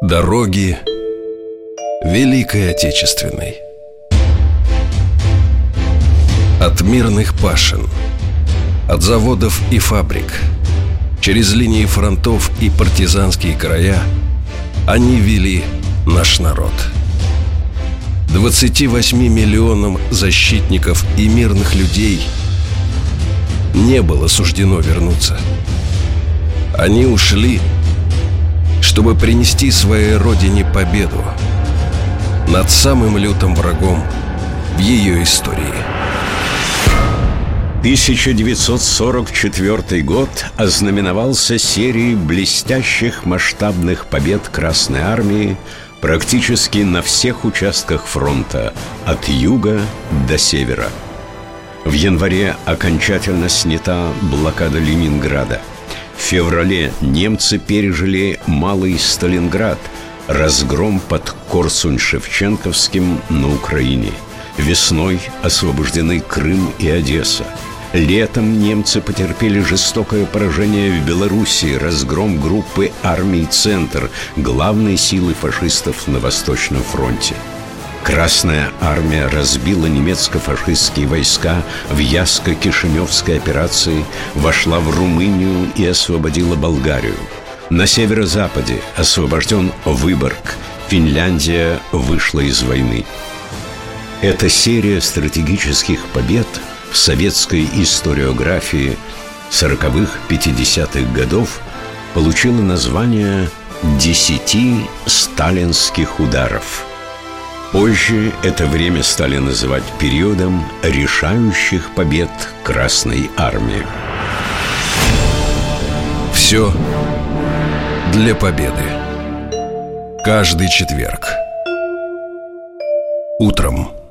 Дороги Великой Отечественной. От мирных пашен, от заводов и фабрик, через линии фронтов и партизанские края они вели наш народ. 28 миллионам защитников и мирных людей не было суждено вернуться. Они ушли, чтобы принести своей родине победу над самым лютым врагом в ее истории. 1944 год ознаменовался серией блестящих масштабных побед Красной Армии практически на всех участках фронта, от юга до севера. В январе окончательно снята блокада Ленинграда. В феврале немцы пережили Малый Сталинград, разгром под Корсунь-Шевченковским на Украине. Весной освобождены Крым и Одесса. Летом немцы потерпели жестокое поражение в Белоруссии, разгром группы армий «Центр», главной силы фашистов на Восточном фронте. Красная армия разбила немецко-фашистские войска в Ясско-Кишиневской операции, вошла в Румынию и освободила Болгарию. На северо-западе освобожден Выборг. Финляндия вышла из войны. Эта серия стратегических побед в советской историографии 40-х, 50-х годов получила название «10 сталинских ударов». Позже это время стали называть периодом решающих побед Красной армии. Все для победы. Каждый четверг утром.